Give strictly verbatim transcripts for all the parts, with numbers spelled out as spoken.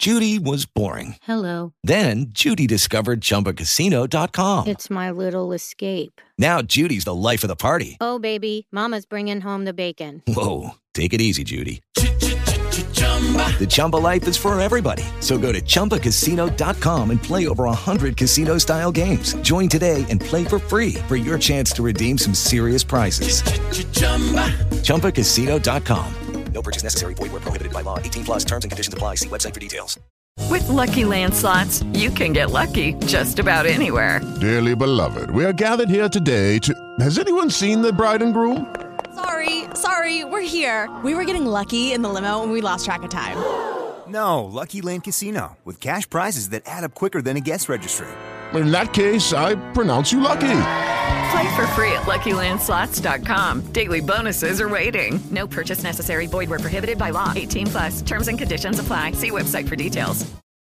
Judy was boring. Hello. Then Judy discovered Chumba Casino dot com. It's my little escape. Now Judy's the life of the party. Oh, baby, mama's bringing home the bacon. Whoa, take it easy, Judy. The Chumba life is for everybody. So go to Chumba Casino dot com and play over one hundred casino-style games. Join today and play for free for your chance to redeem some serious prizes. Chumba Casino dot com. No purchase necessary. Void where prohibited by law. eighteen plus terms and conditions apply. See website for details. With Lucky Land Slots, you can get lucky just about anywhere. Dearly beloved, we are gathered here today to... Has anyone seen the bride and groom? Sorry, sorry, we're here. We were getting lucky in the limo and we lost track of time. No, Lucky Land Casino, with cash prizes that add up quicker than a guest registry. In that case, I pronounce you lucky. Play for free at Lucky Land Slots dot com. Daily bonuses are waiting. No purchase necessary. Void where prohibited by law. eighteen plus. Terms and conditions apply. See website for details.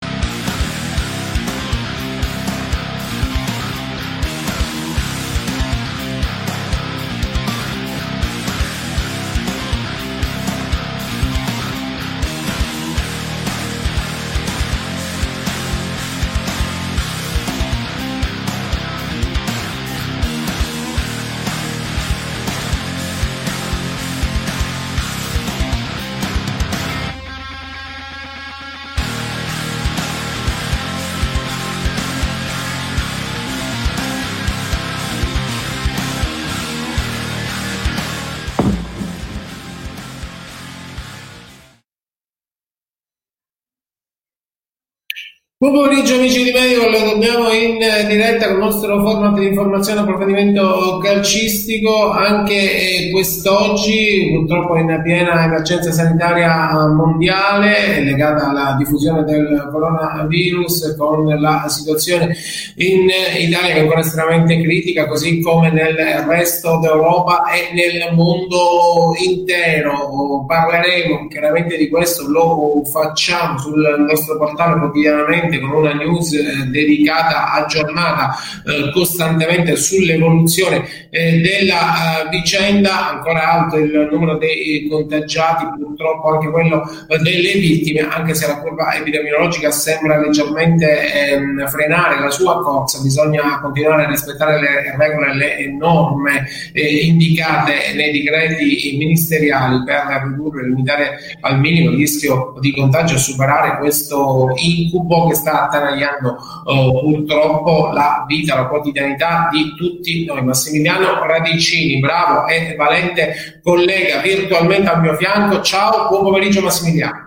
Buon pomeriggio amici di Medical, torniamo in diretta con il nostro format di informazione e approfondimento calcistico anche quest'oggi, purtroppo in piena emergenza sanitaria mondiale legata alla diffusione del coronavirus, con la situazione in Italia che è ancora estremamente critica, così come nel resto d'Europa e nel mondo intero. Parleremo chiaramente di questo, lo facciamo sul nostro portale quotidianamente con una news eh, dedicata, aggiornata eh, costantemente sull'evoluzione eh, della uh, vicenda. Ancora alto il numero dei contagiati, purtroppo anche quello eh, delle vittime, anche se la curva epidemiologica sembra leggermente ehm, frenare la sua corsa. Bisogna continuare a rispettare le regole, le norme eh, indicate nei decreti ministeriali per ridurre e limitare al minimo il rischio di contagio e superare questo incubo che sta attanagliando uh, purtroppo la vita, la quotidianità di tutti noi. Massimiliano Radicini, bravo e valente collega virtualmente al mio fianco. Ciao, buon pomeriggio Massimiliano.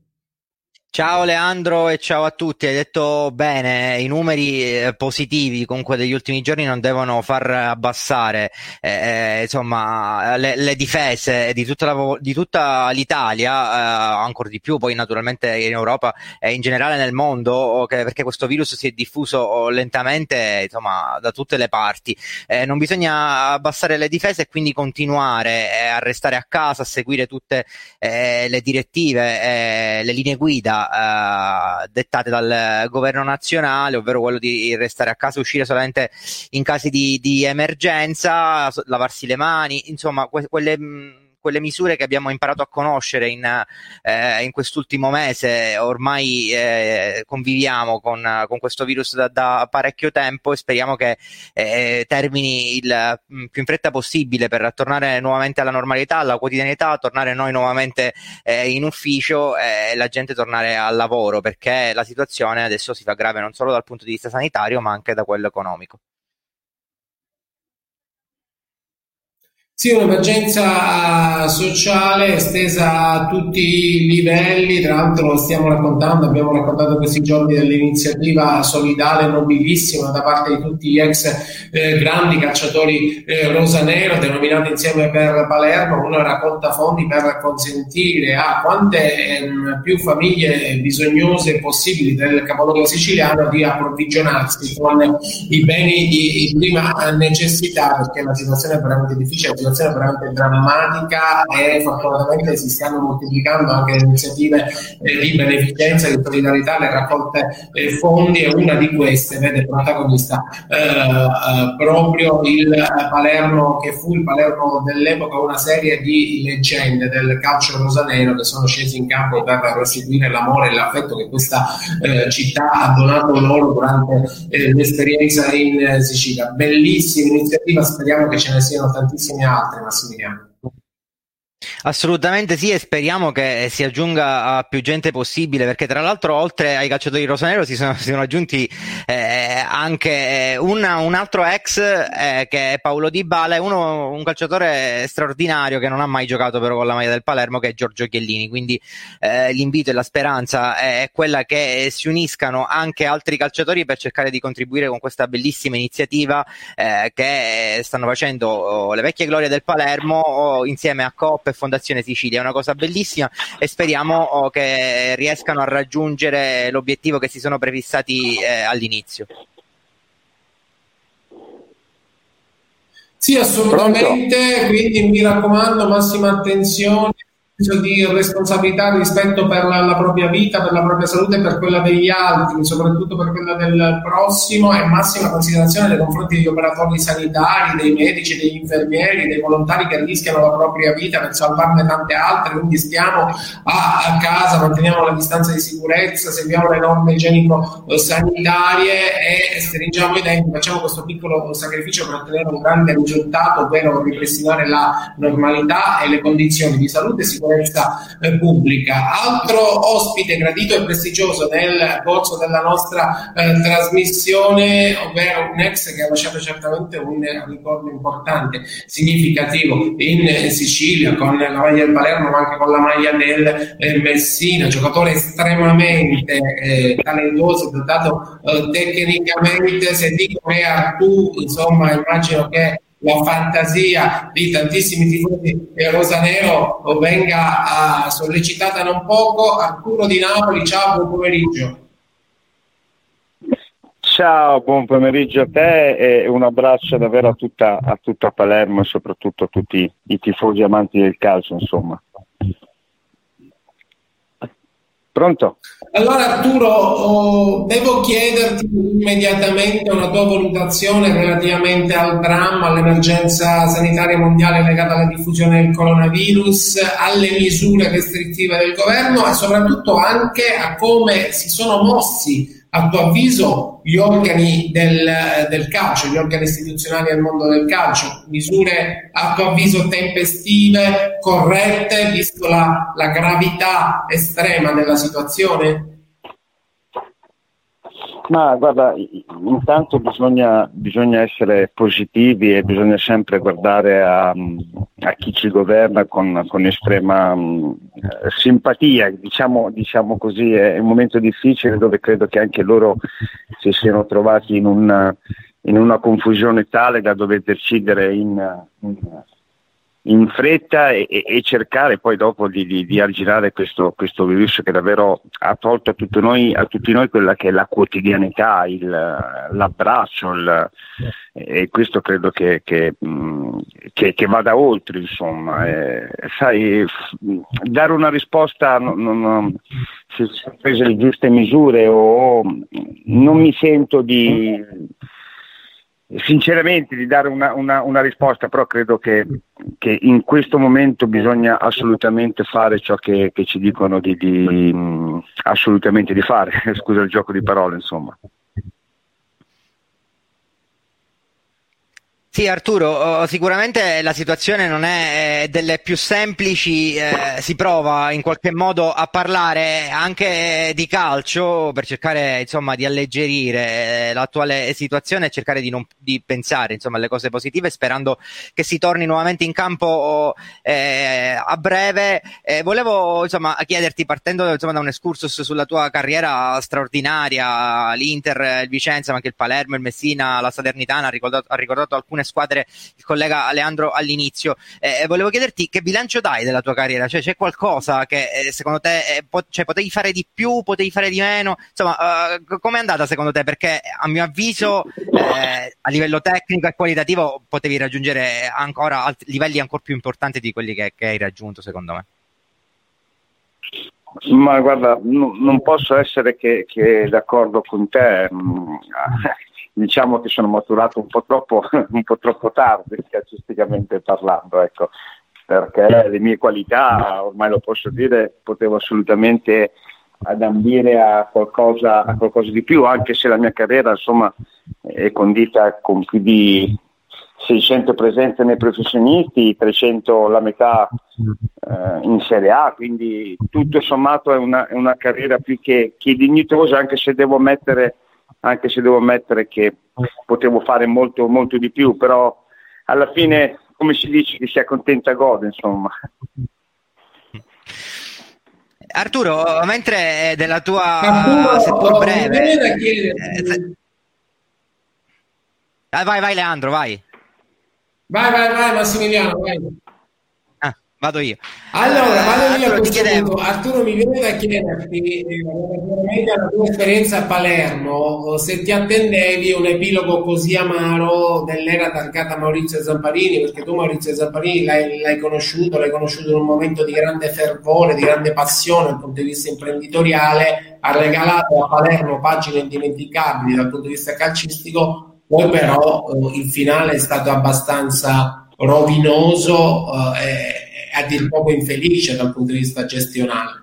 Ciao Leandro e ciao a tutti, hai detto bene, i numeri eh, positivi comunque degli ultimi giorni non devono far abbassare eh, insomma le, le difese di tutta, la, di tutta l'Italia, eh, ancora di più poi naturalmente in Europa e in generale nel mondo, okay, perché questo virus si è diffuso lentamente insomma da tutte le parti. Eh, non bisogna abbassare le difese e quindi continuare eh, a restare a casa, a seguire tutte eh, le direttive, eh, le linee guida Uh, dettate dal governo nazionale, ovvero quello di restare a casa, uscire solamente in casi di, di emergenza, lavarsi le mani, insomma que- quelle mh, quelle misure che abbiamo imparato a conoscere in, eh, in quest'ultimo mese. Ormai eh, conviviamo con, con questo virus da, da parecchio tempo e speriamo che eh, termini il più in fretta possibile per tornare nuovamente alla normalità, alla quotidianità, tornare noi nuovamente eh, in ufficio e la gente tornare al lavoro, perché la situazione adesso si fa grave non solo dal punto di vista sanitario ma anche da quello economico. Sì, un'emergenza sociale estesa a tutti i livelli. Tra l'altro stiamo raccontando, abbiamo raccontato questi giorni dell'iniziativa solidale nobilissima da parte di tutti gli ex eh, grandi calciatori eh, rosanero, denominati Insieme per Palermo, una raccolta fondi per consentire a quante ehm, più famiglie bisognose possibili del capoluogo siciliano di approvvigionarsi con i beni di, di prima necessità, perché la situazione è veramente difficile. situazione veramente drammatica e fortunatamente si stanno moltiplicando anche le iniziative eh, di beneficenza, di solidarietà, le raccolte eh, fondi, e una di queste vede protagonista eh, eh, proprio il Palermo, che fu il Palermo dell'epoca, una serie di leggende del calcio rosanero che sono scesi in campo per restituire l'amore e l'affetto che questa eh, città ha donato loro durante eh, l'esperienza in eh, Sicilia. Bellissima iniziativa, speriamo che ce ne siano tantissime altre, Massimiliano. Assolutamente sì, e speriamo che si aggiunga a più gente possibile, perché tra l'altro oltre ai calciatori rosanero si sono, si sono aggiunti eh, anche una, un altro ex eh, che è Paolo Dybala, e uno, un calciatore straordinario che non ha mai giocato però con la maglia del Palermo, che è Giorgio Chiellini. Quindi eh, l'invito e la speranza è quella che si uniscano anche altri calciatori per cercare di contribuire con questa bellissima iniziativa eh, che stanno facendo oh, le vecchie glorie del Palermo oh, insieme a Coop e Fondazione Sicilia. È una cosa bellissima e speriamo oh, che riescano a raggiungere l'obiettivo che si sono prefissati eh, all'inizio. Sì, assolutamente. Pronto? Quindi mi raccomando, massima attenzione, di responsabilità, rispetto per la, la propria vita, per la propria salute e per quella degli altri, soprattutto per quella del prossimo, e massima considerazione nei confronti degli operatori sanitari, dei medici, degli infermieri, dei volontari che rischiano la propria vita per salvarne tante altre. Quindi stiamo a, a casa, manteniamo la distanza di sicurezza, seguiamo le norme igienico-sanitarie e stringiamo i denti, facciamo questo piccolo sacrificio per ottenere un grande risultato, ovvero ripristinare la normalità e le condizioni di salute e sicurezza pubblica. Altro ospite gradito e prestigioso nel corso della nostra eh, trasmissione, ovvero un ex che ha lasciato certamente un ricordo importante, significativo in eh, Sicilia, con la maglia del Palermo ma anche con la maglia del eh, Messina, giocatore estremamente eh, talentuoso, dotato eh, tecnicamente. Se dico che Artù, insomma, immagino che la fantasia di tantissimi tifosi rosanero venga uh, sollecitata non poco. Arturo di Napoli, ciao, buon pomeriggio. Ciao, buon pomeriggio a te e un abbraccio davvero a tutta, a tutta Palermo e soprattutto a tutti i tifosi amanti del calcio, insomma. Pronto? Allora Arturo, oh, devo chiederti immediatamente una tua valutazione relativamente al dramma, all'emergenza sanitaria mondiale legata alla diffusione del coronavirus, alle misure restrittive del governo e soprattutto anche a come si sono mossi, a tuo avviso, gli organi del, del calcio, gli organi istituzionali del mondo del calcio. Misure a tuo avviso tempestive, corrette, visto la, la gravità estrema della situazione? Ma guarda, intanto bisogna, bisogna essere positivi e bisogna sempre guardare a, a chi ci governa con, con estrema um, simpatia, diciamo, diciamo così. È un momento difficile dove credo che anche loro si siano trovati in una, in una confusione tale da dover decidere in, in in fretta e, e cercare poi dopo di, di, di aggirare questo, questo virus che davvero ha tolto a tutti noi, a tutti noi quella che è la quotidianità, il, l'abbraccio, il, e questo credo che, che, che, che vada oltre, insomma. E, sai, dare una risposta, non, non, se si sono prese le giuste misure o non mi sento di... sinceramente di dare una, una, una risposta, però credo che, che in questo momento bisogna assolutamente fare ciò che, che ci dicono di, di assolutamente di fare, scusa il gioco di parole, insomma. Sì, Arturo, sicuramente la situazione non è delle più semplici, eh, si prova in qualche modo a parlare anche di calcio per cercare, insomma, di alleggerire l'attuale situazione e cercare di non di pensare, insomma, alle cose positive, sperando che si torni nuovamente in campo eh, a breve. Eh, volevo, insomma, chiederti, partendo, insomma, da un excursus sulla tua carriera straordinaria, l'Inter, il Vicenza, ma anche il Palermo, il Messina, la Salernitana, ha ricordato, ha ricordato alcune squadre il collega Leandro all'inizio. Eh, volevo chiederti che bilancio dai della tua carriera, cioè c'è qualcosa che eh, secondo te eh, po- cioè, potevi fare di più, potevi fare di meno, insomma uh, com'è andata secondo te? Perché a mio avviso eh, a livello tecnico e qualitativo potevi raggiungere ancora alt- livelli ancora più importanti di quelli che, che hai raggiunto, secondo me. Ma guarda, no, non posso essere che, che d'accordo con te. Diciamo che sono maturato un po' troppo, un po' troppo tardi, calcisticamente parlando, ecco, perché le mie qualità, ormai lo posso dire, potevo assolutamente adambire a qualcosa, a qualcosa di più, anche se la mia carriera, insomma, è condita con più di seicento presenze nei professionisti, trecento la metà eh, in Serie A, quindi tutto sommato è una, è una carriera più che, che dignitosa, anche se devo mettere anche se devo ammettere che potevo fare molto molto di più, però alla fine, come si dice, chi si accontenta gode, insomma. Arturo, mentre della tua Arturo, seppur oh, breve eh, se... ah, vai vai Leandro, vai vai vai vai Massimiliano, vai. Ah, vado io. Allora, vado io a Arturo, questo punto. Arturo, mi viene da chiederti, relativamente alla tua esperienza a Palermo, se ti attendevi un epilogo così amaro dell'era targata Maurizio Zamparini, perché tu Maurizio Zamparini l'hai, l'hai conosciuto, l'hai conosciuto in un momento di grande fervore, di grande passione dal punto di vista imprenditoriale, ha regalato a Palermo pagine indimenticabili dal punto di vista calcistico, poi però eh, il finale è stato abbastanza rovinoso eh, e a dir poco infelice dal punto di vista gestionale.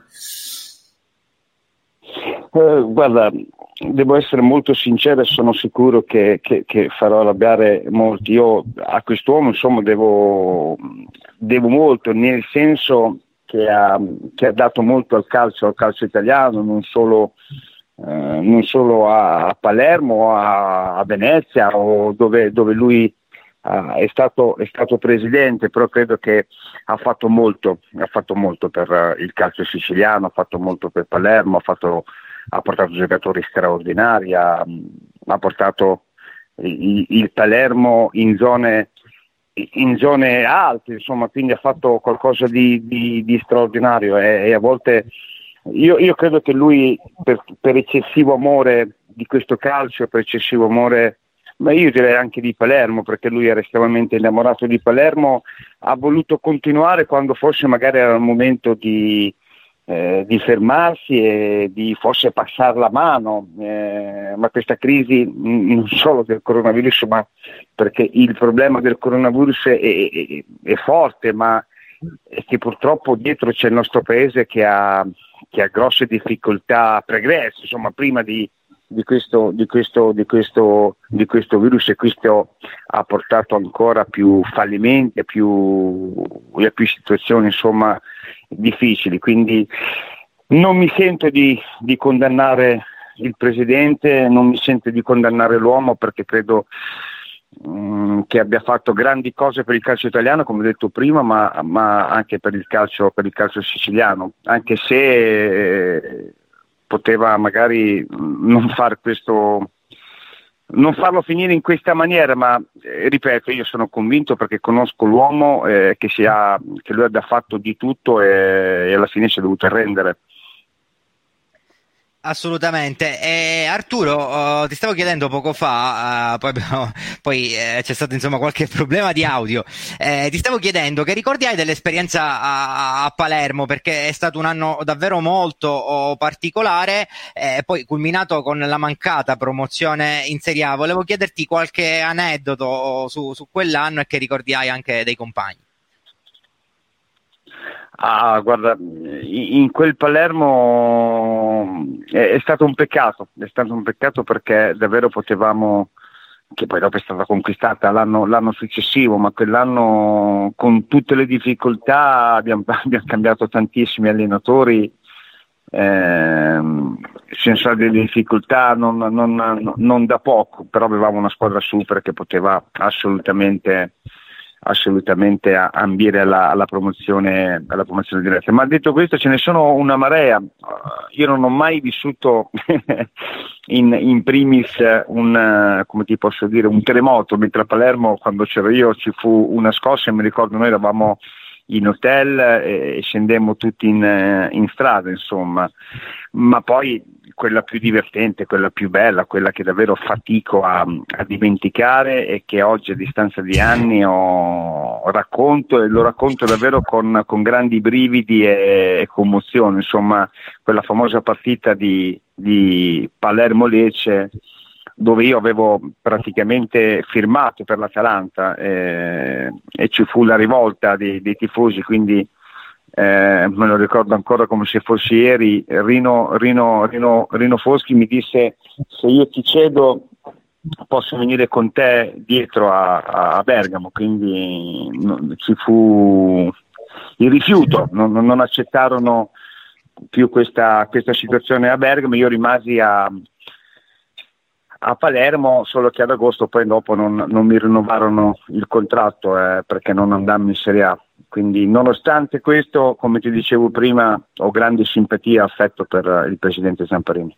Eh, guarda, devo essere molto sincero e sono sicuro che, che, che farò arrabbiare molti. Io a quest'uomo, insomma, devo, devo molto, nel senso che ha, che ha dato molto al calcio, al calcio italiano, non solo, eh, non solo a, a Palermo, a, a Venezia, o dove, dove lui Uh, è stato, è stato presidente, però credo che ha fatto molto, ha fatto molto per uh, il calcio siciliano, ha fatto molto per Palermo, ha, fatto, ha portato giocatori straordinari, ha, ha portato il, il Palermo in zone, in zone alte, insomma, quindi ha fatto qualcosa di, di, di straordinario e, e a volte io, io credo che lui per, per eccessivo amore di questo calcio, per eccessivo amore, ma io direi anche di Palermo, perché lui era estremamente innamorato di Palermo, ha voluto continuare quando forse magari era il momento di, eh, di fermarsi e di forse passare la mano, eh, ma questa crisi mh, non solo del coronavirus, ma perché il problema del coronavirus è, è, è forte, ma è che purtroppo dietro c'è il nostro paese che ha, che ha grosse difficoltà pregresse, insomma, prima di Di questo, di, questo, di, questo, di questo virus, e questo ha portato ancora più fallimenti e più, e più situazioni, insomma, difficili. Quindi non mi sento di, di condannare il presidente, non mi sento di condannare l'uomo, perché credo mh, che abbia fatto grandi cose per il calcio italiano, come ho detto prima, ma, ma anche per il calcio, per il calcio siciliano, anche se eh, poteva magari non far questo, non farlo finire in questa maniera, ma eh, ripeto, io sono convinto, perché conosco l'uomo, eh, che, sia, che lui abbia fatto di tutto e, e alla fine si è dovuto arrendere. Assolutamente. E Arturo, uh, ti stavo chiedendo poco fa, uh, poi, abbiamo, poi eh, c'è stato insomma qualche problema di audio, eh, ti stavo chiedendo che ricordi hai dell'esperienza a, a Palermo, perché è stato un anno davvero molto oh, particolare, eh, poi culminato con la mancata promozione in Serie A. Volevo chiederti qualche aneddoto su, su quell'anno e che ricordi hai anche dei compagni. Ah, guarda, in quel Palermo è, è stato un peccato, è stato un peccato perché davvero potevamo, che poi dopo è stata conquistata l'anno, l'anno successivo, ma quell'anno con tutte le difficoltà abbiamo, abbiamo cambiato tantissimi allenatori, ehm, senza delle difficoltà non, non, non da poco, però avevamo una squadra super che poteva assolutamente assolutamente ambire alla, alla promozione alla promozione diretta. Ma detto questo, ce ne sono una marea. Io non ho mai vissuto in, in primis un, come ti posso dire, un terremoto, mentre a Palermo quando c'ero io ci fu una scossa e mi ricordo noi eravamo in hotel e scendemmo tutti in, in strada, insomma, ma poi quella più divertente, quella più bella, quella che davvero fatico a, a dimenticare e che oggi a distanza di anni ho, racconto e lo racconto davvero con, con grandi brividi e, e commozione, insomma, quella famosa partita di, di Palermo-Lecce dove io avevo praticamente firmato per l'Atalanta eh, e ci fu la rivolta dei, dei tifosi, quindi eh, me lo ricordo ancora come se fosse ieri. Rino, Rino, Rino, Rino Foschi mi disse: se io ti cedo posso venire con te dietro a, a Bergamo, quindi no, ci fu il rifiuto, non, non accettarono più questa, questa situazione a Bergamo. Io rimasi a a Palermo, solo che ad agosto poi dopo non, non mi rinnovarono il contratto eh, perché non andammo in Serie A. Quindi nonostante questo, come ti dicevo prima, ho grande simpatia e affetto per il presidente Zamparini.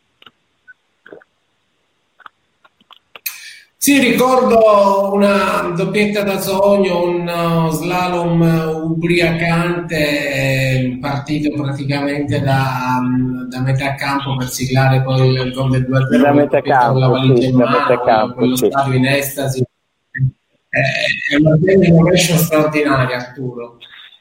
Sì, ricordo una doppietta da sogno, un uh, slalom ubriacante, partito praticamente da, um, da metà campo per siglare poi il gol del due a zero. Da metà campo, la valigia sì, in da mano, metà campo, quello sì. stadio in estasi. È una innovation straordinaria, Arturo.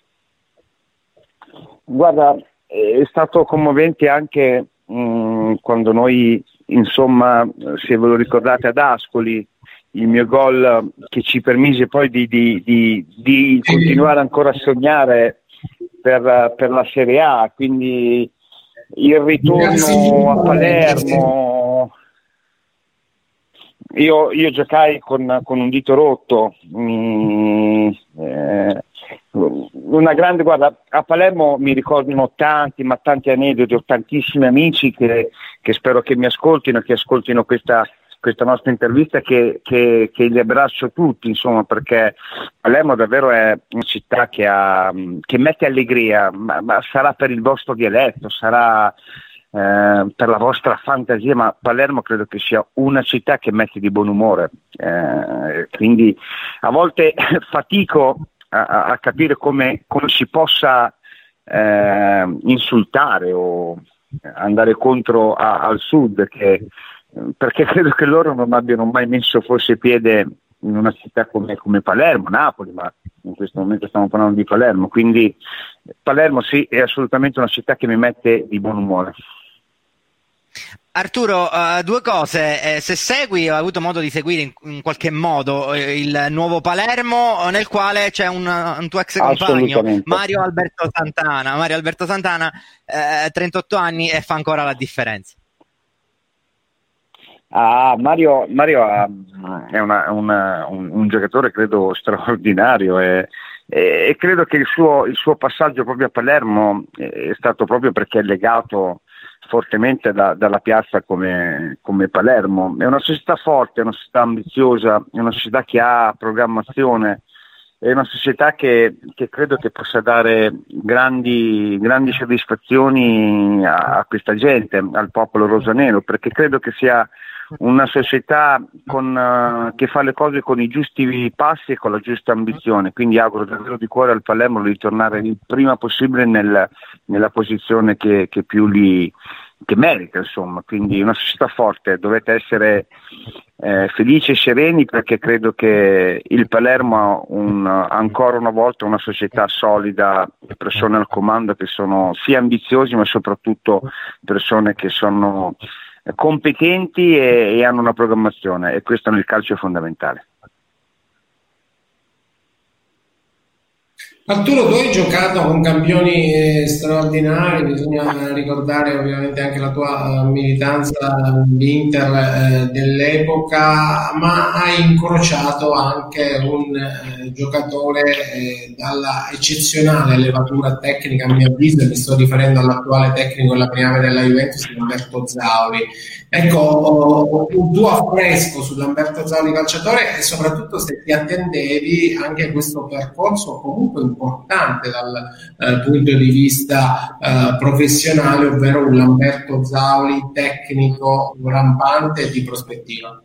Guarda, è stato commovente anche mh, quando noi, insomma, se ve lo ricordate ad Ascoli, il mio gol che ci permise poi di, di, di, di continuare ancora a sognare per, per la Serie A, quindi il ritorno a Palermo. Io, io giocai con, con un dito rotto, mm, eh, una grande, guarda, a Palermo mi ricordano tanti, ma tanti aneddoti, ho tantissimi amici che, che spero che mi ascoltino, che ascoltino questa, questa nostra intervista, che, che, che li abbraccio tutti, insomma, perché Palermo davvero è una città che, ha, che mette allegria, ma, ma sarà per il vostro dialetto, sarà Eh, per la vostra fantasia, ma Palermo credo che sia una città che mette di buon umore, eh, quindi a volte fatico a, a capire come, come si possa eh, insultare o andare contro a, al sud, che, perché credo che loro non abbiano mai messo forse piede in una città come, come Palermo, Napoli, ma in questo momento stiamo parlando di Palermo, quindi Palermo sì, è assolutamente una città che mi mette di buon umore. Arturo, uh, due cose, eh, se segui, ho avuto modo di seguire in, in qualche modo eh, il nuovo Palermo, nel quale c'è un, un tuo ex compagno, Mario Alberto Santana. Mario Alberto Santana, eh, trentotto anni e fa ancora la differenza. Ah, Mario, Mario è una, una, un, un giocatore credo straordinario e, e, e credo che il suo, il suo passaggio proprio a Palermo è stato proprio perché è legato fortemente da, dalla piazza come, come Palermo. È una società forte, è una società ambiziosa, è una società che ha programmazione, è una società che, che credo che possa dare grandi, grandi soddisfazioni a, a questa gente, al popolo rosanero, perché credo che sia una società con, uh, che fa le cose con i giusti passi e con la giusta ambizione, quindi auguro davvero di cuore al Palermo di tornare il prima possibile nel, nella posizione che, che più li che merita, insomma. Quindi una società forte, dovete essere eh, felici e sereni, perché credo che il Palermo ha un, ancora una volta una società solida, persone al comando che sono sia ambiziosi ma soprattutto persone che sono competenti e, e hanno una programmazione, e questo nel calcio è fondamentale. Arturo, tu hai giocato con campioni eh, straordinari, bisogna ricordare ovviamente anche la tua uh, militanza all'Inter eh, dell'epoca, ma hai incrociato anche un eh, giocatore eh, dalla eccezionale levatura tecnica, a mio avviso, e mi sto riferendo all'attuale tecnico della primavera della Juventus, Lamberto Zauri. Ecco, un tuo affresco su Lamberto Zauri calciatore, e soprattutto se ti attendevi anche questo percorso comunque importante dal eh, punto di vista eh, professionale, ovvero un Lamberto Zauli tecnico, rampante e di prospettiva.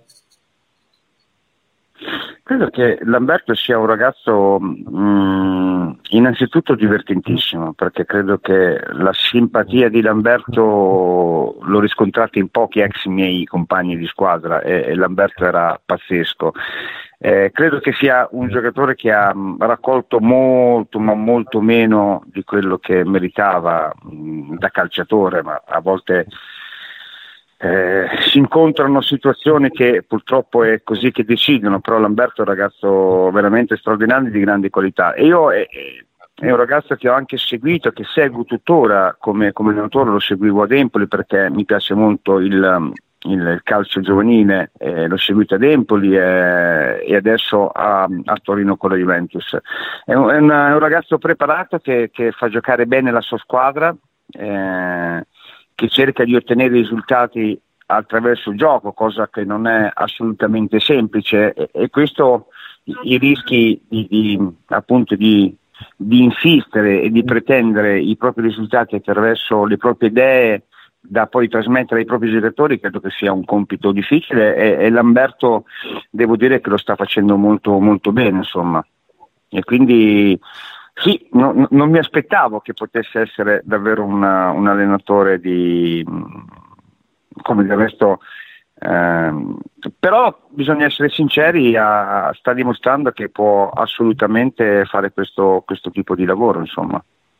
Credo che Lamberto sia un ragazzo mh, innanzitutto divertentissimo, perché credo che la simpatia di Lamberto l'ho riscontrata in pochi ex miei compagni di squadra e, e Lamberto era pazzesco. Eh, credo che sia un giocatore che ha mh, raccolto molto ma molto meno di quello che meritava mh, da calciatore, ma a volte Eh, si incontrano situazioni che purtroppo è così che decidono, però Lamberto è un ragazzo veramente straordinario di grandi qualità e io è, è un ragazzo che ho anche seguito, che seguo tuttora come, come allenatore, lo seguivo ad Empoli perché mi piace molto il, il calcio giovanile, eh, l'ho seguito ad Empoli eh, e adesso a, a Torino con la Juventus. È un, è una, è un ragazzo preparato che, che fa giocare bene la sua squadra, eh, che cerca di ottenere risultati attraverso il gioco, cosa che non è assolutamente semplice e, e questo i rischi di, di appunto di, di insistere e di pretendere i propri risultati attraverso le proprie idee da poi trasmettere ai propri giocatori credo che sia un compito difficile e, e Lamberto devo dire che lo sta facendo molto molto bene, insomma, e quindi sì, no, non mi aspettavo che potesse essere davvero una, un allenatore di, come del resto, ehm, però bisogna essere sinceri, a, sta dimostrando che può assolutamente fare questo, questo tipo di lavoro, insomma.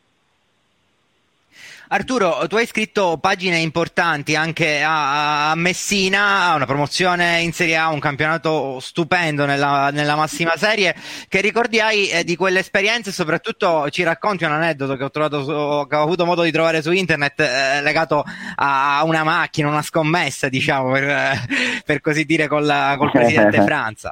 Arturo, tu hai scritto pagine importanti anche a, a Messina, una promozione in Serie A, un campionato stupendo nella, nella massima serie. Che ricordi hai eh, di quelle esperienze e soprattutto ci racconti un aneddoto che ho trovato su, che ho avuto modo di trovare su internet eh, legato a una macchina, una scommessa, diciamo, per, eh, per così dire, col, col presidente Franza.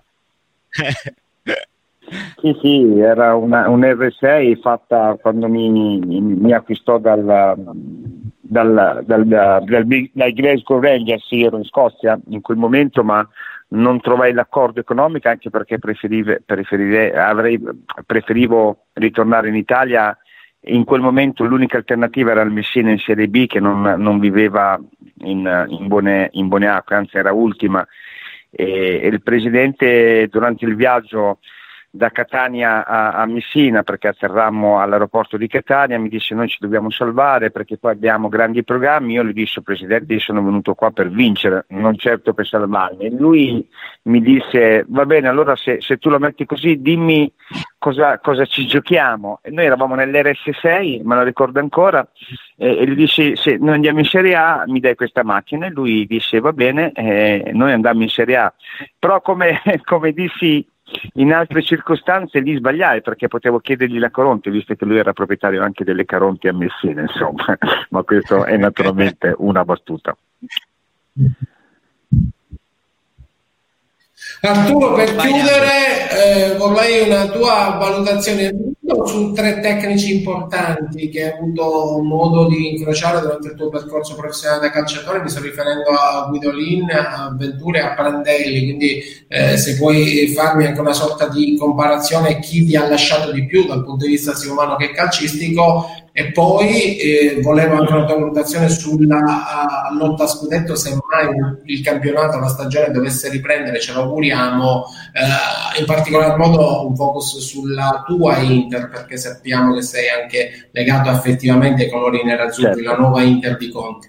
Sì, sì, era una, un R sei fatta quando mi, mi, mi acquistò dal, dal, dal, dal, dal, dal Glasgow Rangers, sì, ero in Scozia in quel momento, ma non trovai l'accordo economico anche perché preferive, preferive, avrei, preferivo ritornare in Italia. In quel momento l'unica alternativa era il Messina in Serie B che non, non viveva in, in, buone, in buone acque, anzi era ultima, e, e il presidente durante il viaggio da Catania a, a Messina, perché atterrammo all'aeroporto di Catania, mi disse noi ci dobbiamo salvare perché poi abbiamo grandi programmi. Io gli dissi presidente, io sono venuto qua per vincere, non certo per salvarmi. E lui mi disse va bene, allora se, se tu lo metti così dimmi cosa, cosa ci giochiamo. E noi eravamo nell'R S sei, me lo ricordo ancora, e, e gli dissi se noi andiamo in Serie A mi dai questa macchina, e lui disse va bene, eh, noi andammo in Serie A, però come, come dissi in altre circostanze lì sbagliai perché potevo chiedergli la Caronte, visto che lui era proprietario anche delle Caronte a Messina, insomma, ma questo è naturalmente una battuta. Arturo, per chiudere eh, vorrei una tua valutazione su tre tecnici importanti che hai avuto modo di incrociare durante il tuo percorso professionale da calciatore. Mi sto riferendo a Guidolin, a Venturi e a Prandelli, quindi eh, se puoi farmi anche una sorta di comparazione, chi ti ha lasciato di più dal punto di vista sia umano che calcistico. E poi eh, volevo anche una tua valutazione sulla uh, lotta a scudetto, se mai il campionato, la stagione dovesse riprendere, ce lo auguriamo, uh, in particolar modo un focus sulla tua Inter, perché sappiamo che sei anche legato affettivamente ai colori nerazzurri, certo. La nuova Inter di Conte.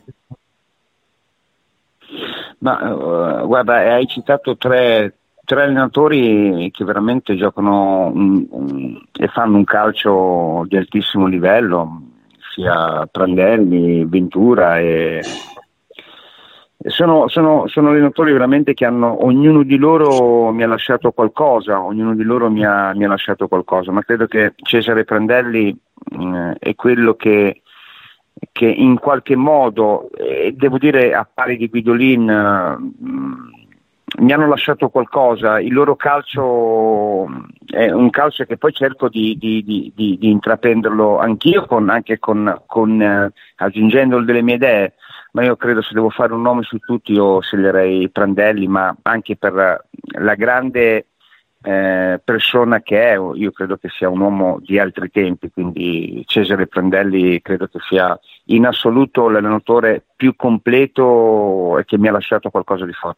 Ma uh, guarda, hai citato tre tre allenatori che veramente giocano um, um, e fanno un calcio di altissimo livello, sia Prandelli, Ventura, e, e sono, sono, sono allenatori veramente che hanno, ognuno di loro mi ha lasciato qualcosa, ognuno di loro mi ha, mi ha lasciato qualcosa, ma credo che Cesare Prandelli um, è quello che che in qualche modo, eh, devo dire a pari di Guidolin, uh, mi hanno lasciato qualcosa. Il loro calcio è un calcio che poi cerco di, di, di, di, di intraprenderlo anch'io, con, anche con, con eh, aggiungendo delle mie idee, ma io credo se devo fare un nome su tutti io sceglierei Prandelli, ma anche per la grande eh, persona che è, io credo che sia un uomo di altri tempi, quindi Cesare Prandelli credo che sia in assoluto l'allenatore più completo e che mi ha lasciato qualcosa di forte.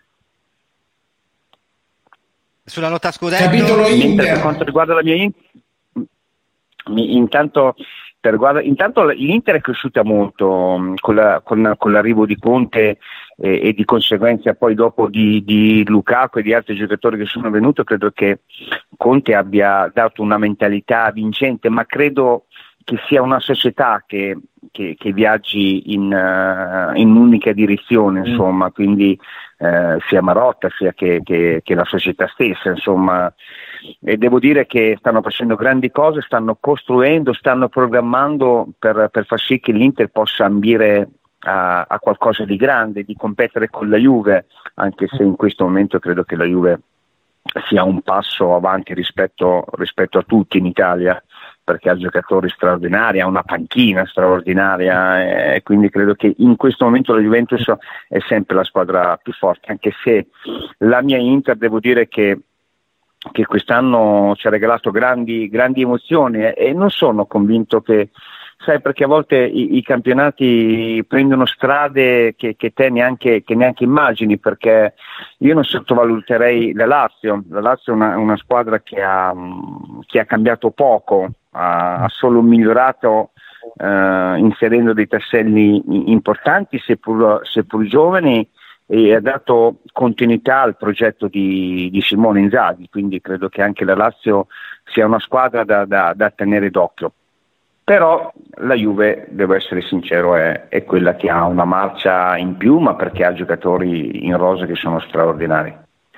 Sulla lotta scudetto, capitolo Inter. Per quanto riguarda la mia Inter, intanto, per guarda, intanto l'Inter è cresciuta molto con, la, con, con l'arrivo di Conte e, e di conseguenza poi dopo di, di Lukaku e di altri giocatori che sono venuti. Credo che Conte abbia dato una mentalità vincente, ma credo che sia una società che, che, che viaggi in, uh, in un'unica direzione, insomma, mm. quindi uh, sia Marotta sia che, che, che la società stessa, insomma, e devo dire che stanno facendo grandi cose, stanno costruendo, stanno programmando per, per far sì che l'Inter possa ambire a, a qualcosa di grande, di competere con la Juve, anche se in questo momento credo che la Juve sia un passo avanti rispetto, rispetto a tutti in Italia, perché ha giocatori straordinari, ha una panchina straordinaria e quindi credo che in questo momento la Juventus è sempre la squadra più forte, anche se la mia Inter devo dire che, che quest'anno ci ha regalato grandi, grandi emozioni e, e non sono convinto che, sai, perché a volte i, i campionati prendono strade che, che te neanche, che neanche immagini, perché io non sottovaluterei la Lazio. La Lazio è una, una squadra che ha, che ha cambiato poco, ha, ha solo migliorato eh, inserendo dei tasselli importanti, seppur, seppur giovani, e ha dato continuità al progetto di, di Simone Inzaghi, quindi credo che anche la Lazio sia una squadra da, da, da tenere d'occhio. Però la Juve, devo essere sincero, è, è quella che ha una marcia in più, ma perché ha giocatori in rosa che sono straordinari.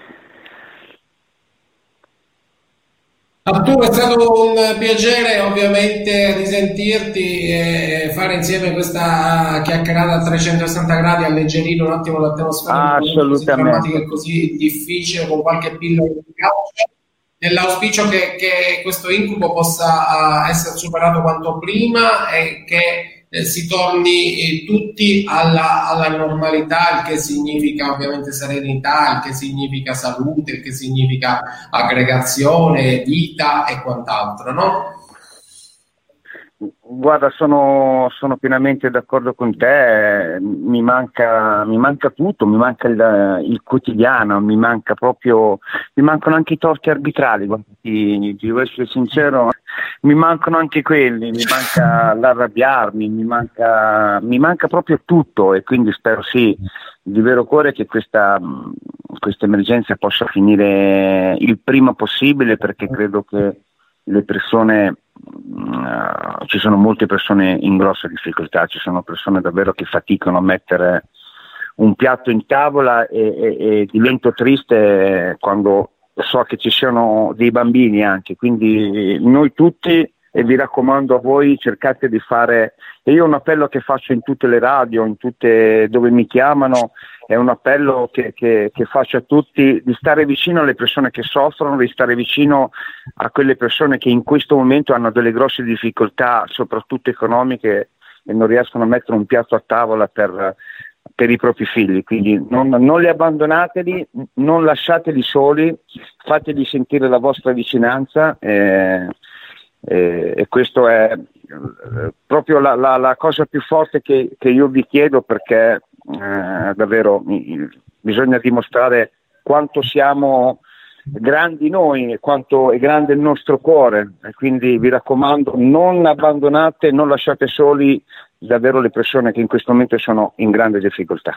Arturo, è stato un piacere ovviamente risentirti e fare insieme questa chiacchierata a trecentosessanta gradi, alleggerire un attimo l'atmosfera. Assolutamente. Così difficile, con qualche pillola di calcio, nell'auspicio che, che questo incubo possa uh, essere superato quanto prima e che eh, si torni eh, tutti alla, alla normalità, il che significa ovviamente serenità, il che significa salute, il che significa aggregazione, vita e quant'altro, no? Guarda, sono, sono pienamente d'accordo con te, mi manca, mi manca tutto, mi manca il, il quotidiano, mi manca proprio, mi mancano anche i torti arbitrali, guarda, ti, ti devo essere sincero, mi mancano anche quelli, mi manca l'arrabbiarmi, mi manca, mi manca proprio tutto e quindi spero sì, di vero cuore che questa, questa emergenza possa finire il prima possibile, perché credo che le persone, uh, ci sono molte persone in grossa difficoltà, ci sono persone davvero che faticano a mettere un piatto in tavola e, e, e divento triste quando so che ci siano dei bambini anche, quindi noi tutti, e vi raccomando a voi, cercate di fare, e io un appello che faccio in tutte le radio, in tutte dove mi chiamano, è un appello che, che, che faccio a tutti, di stare vicino alle persone che soffrono, di stare vicino a quelle persone che in questo momento hanno delle grosse difficoltà, soprattutto economiche, e non riescono a mettere un piatto a tavola per, per i propri figli. Quindi non, non li abbandonateli, non lasciateli soli, fateli sentire la vostra vicinanza. Eh, eh, e questo è eh, proprio la, la, la cosa più forte che, che io vi chiedo, perché Eh, davvero bisogna dimostrare quanto siamo grandi noi e quanto è grande il nostro cuore, e quindi vi raccomando, non abbandonate, non lasciate soli davvero le persone che in questo momento sono in grande difficoltà.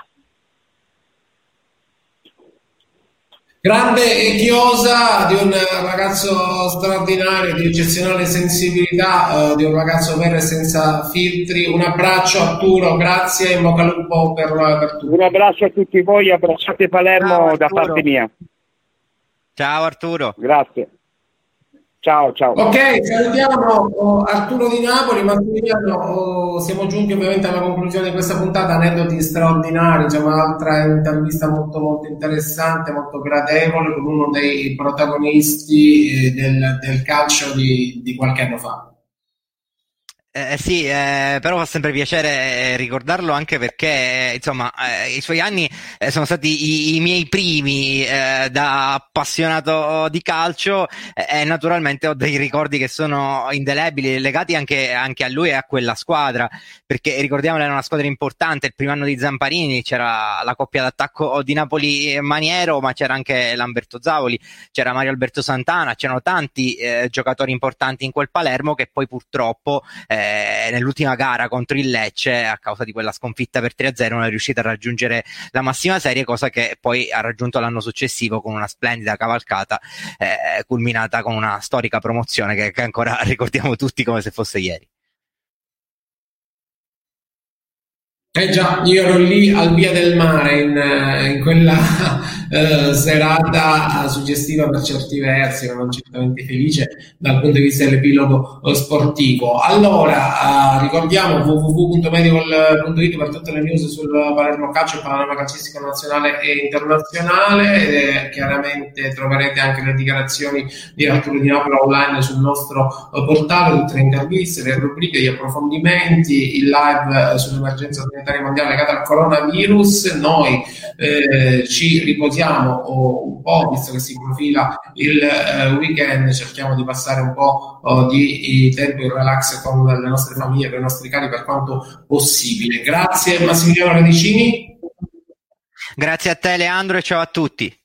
Grande chiosa di un ragazzo straordinario, di eccezionale sensibilità, uh, di un ragazzo vero e senza filtri. Un abbraccio Arturo, grazie e in bocca al lupo per, per tutto. Un abbraccio a tutti voi, abbracciate Palermo. Ciao, da parte mia. Ciao Arturo. Grazie. Ciao, ciao. Ok, salutiamo Arturo di Napoli. Massimiliano, siamo giunti ovviamente alla conclusione di questa puntata, aneddoti straordinari, c'è un'altra intervista molto molto interessante, molto gradevole, con uno dei protagonisti del, del calcio di, di qualche anno fa. Eh, sì, eh, però fa sempre piacere ricordarlo, anche perché insomma eh, i suoi anni eh, sono stati i, i miei primi eh, da appassionato di calcio e eh, naturalmente ho dei ricordi che sono indelebili, legati anche, anche a lui e a quella squadra, perché ricordiamolo, era una squadra importante. Il primo anno di Zamparini c'era la coppia d'attacco di Napoli-Maniero, ma c'era anche Lamberto Zavoli, c'era Mario Alberto Santana, c'erano tanti eh, giocatori importanti in quel Palermo che poi purtroppo eh, nell'ultima gara contro il Lecce, a causa di quella sconfitta per tre a zero, non è riuscita a raggiungere la massima serie, cosa che poi ha raggiunto l'anno successivo con una splendida cavalcata eh, culminata con una storica promozione che, che ancora ricordiamo tutti come se fosse ieri. Eh già, io ero lì al Via del Mare in, in quella eh, serata suggestiva per certi versi, ma non certamente felice dal punto di vista dell'epilogo sportivo. Allora, eh, ricordiamo w w w punto medicol punto it per tutte le news sul Palermo Calcio, il panorama calcistico nazionale e internazionale. Eh, chiaramente troverete anche le dichiarazioni di Arturo Di Napoli online sul nostro portale, tutte le interviste, le rubriche, gli approfondimenti, il live eh, sull'emergenza mondiale legata al coronavirus. Noi eh, ci riposiamo oh, un po', visto che si profila il eh, weekend, cerchiamo di passare un po' oh, di, di tempo in relax con le nostre famiglie, con i nostri cari, per quanto possibile. Grazie Massimiliano Radicini. Grazie a te Leandro e ciao a tutti.